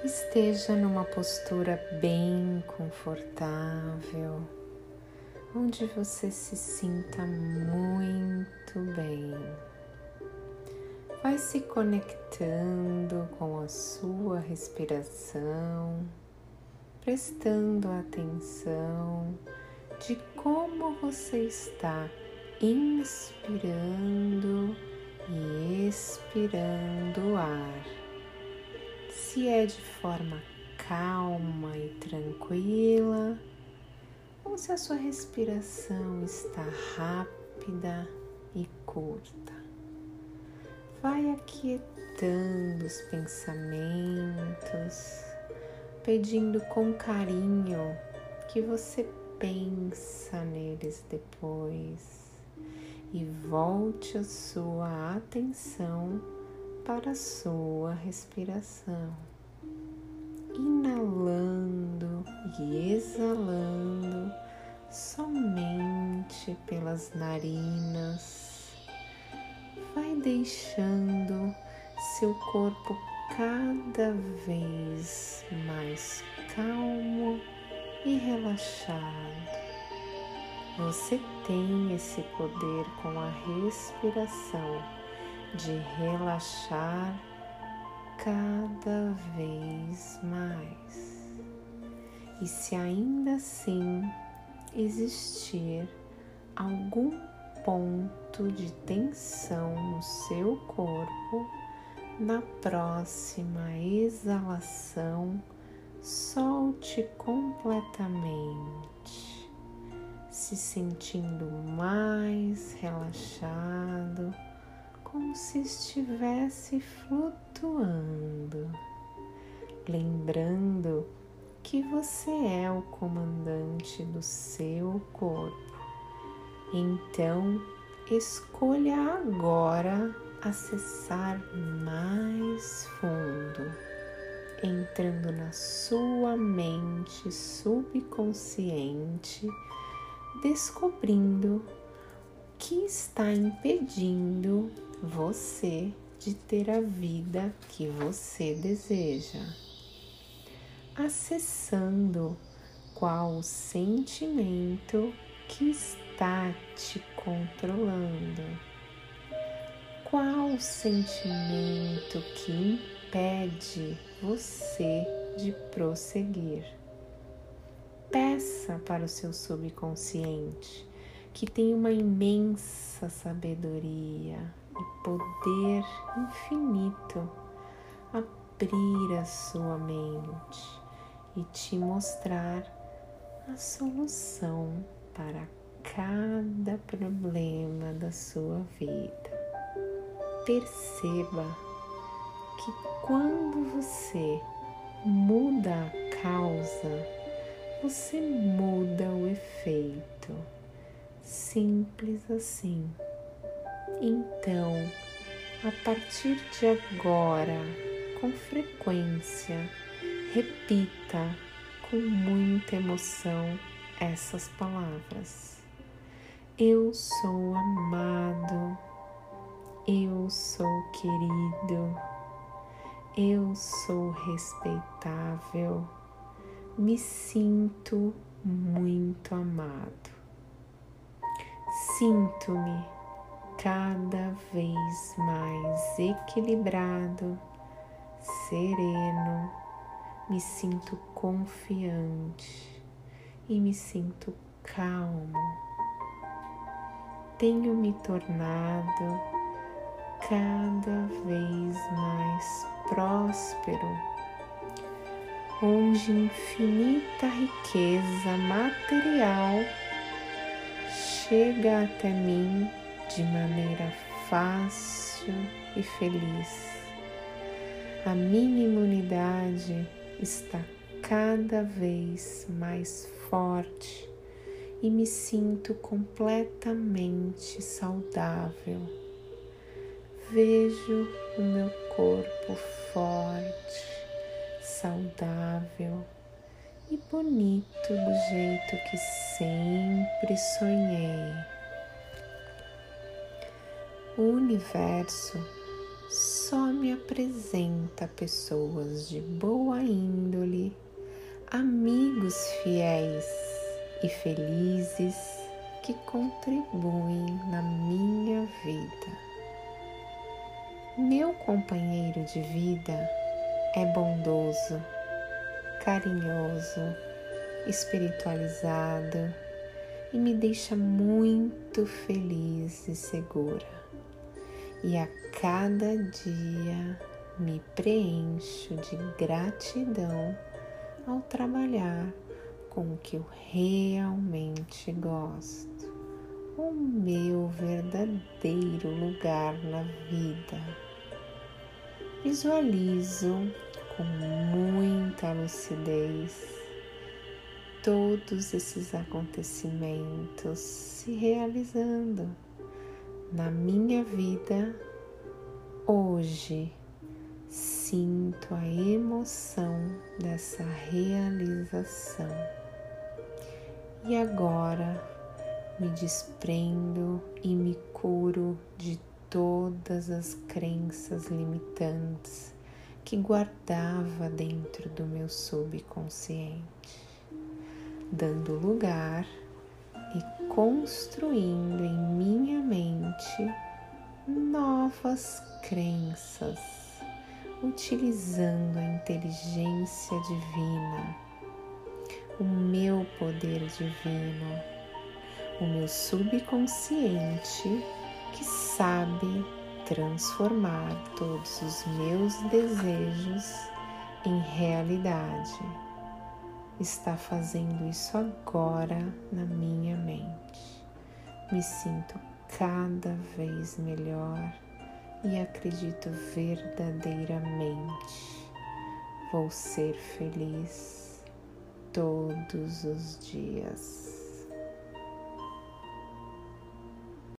Esteja numa postura bem confortável, onde você se sinta muito bem. Vai se conectando com a sua respiração, prestando atenção de como você está inspirando e expirando o ar. Se é de forma calma e tranquila, ou se a sua respiração está rápida e curta. Vai aquietando os pensamentos, pedindo com carinho que você pensa neles depois e volte a sua atenção para a sua respiração, inalando e exalando somente pelas narinas. Vai deixando seu corpo cada vez mais calmo e relaxado. Você tem esse poder com a respiração de relaxar cada vez mais. E se ainda assim existir algum ponto de tensão no seu corpo, na próxima exalação, solte completamente, se sentindo mais relaxado, como se estivesse flutuando, lembrando que você é o comandante do seu corpo. Então, escolha agora acessar mais fundo, entrando na sua mente subconsciente, descobrindo o que está impedindo você de ter a vida que você deseja, acessando qual o sentimento que está te controlando, qual o sentimento que impede você de prosseguir. Peça para o seu subconsciente, que tem uma imensa sabedoria e poder infinito, abrir a sua mente e te mostrar a solução para cada problema da sua vida. Perceba que quando você muda a causa, você muda o efeito. Simples assim. Então, a partir de agora, com frequência, repita com muita emoção essas palavras. Eu sou amado, eu sou querido, eu sou respeitável, me sinto muito amado. Sinto-me cada vez mais equilibrado, sereno, me sinto confiante e me sinto calmo. Tenho me tornado cada vez mais próspero, onde infinita riqueza material chega até mim de maneira fácil e feliz. A minha imunidade está cada vez mais forte e me sinto completamente saudável. Vejo o meu corpo forte, saudável e bonito do jeito que sempre sonhei. O universo só me apresenta pessoas de boa índole, amigos fiéis e felizes que contribuem na minha vida. Meu companheiro de vida é bondoso, carinhoso, espiritualizado e me deixa muito feliz e segura. E a cada dia me preencho de gratidão ao trabalhar com o que eu realmente gosto, o meu verdadeiro lugar na vida. Visualizo com muita lucidez todos esses acontecimentos se realizando na minha vida hoje. Sinto a emoção dessa realização e agora me desprendo e me curo de todas as crenças limitantes que guardava dentro do meu subconsciente, dando lugar e construindo em minha mente novas crenças, utilizando a inteligência divina, o meu poder divino, o meu subconsciente que sabe transformar todos os meus desejos em realidade. Está fazendo isso agora na minha mente. Me sinto cada vez melhor e acredito verdadeiramente. Vou ser feliz todos os dias.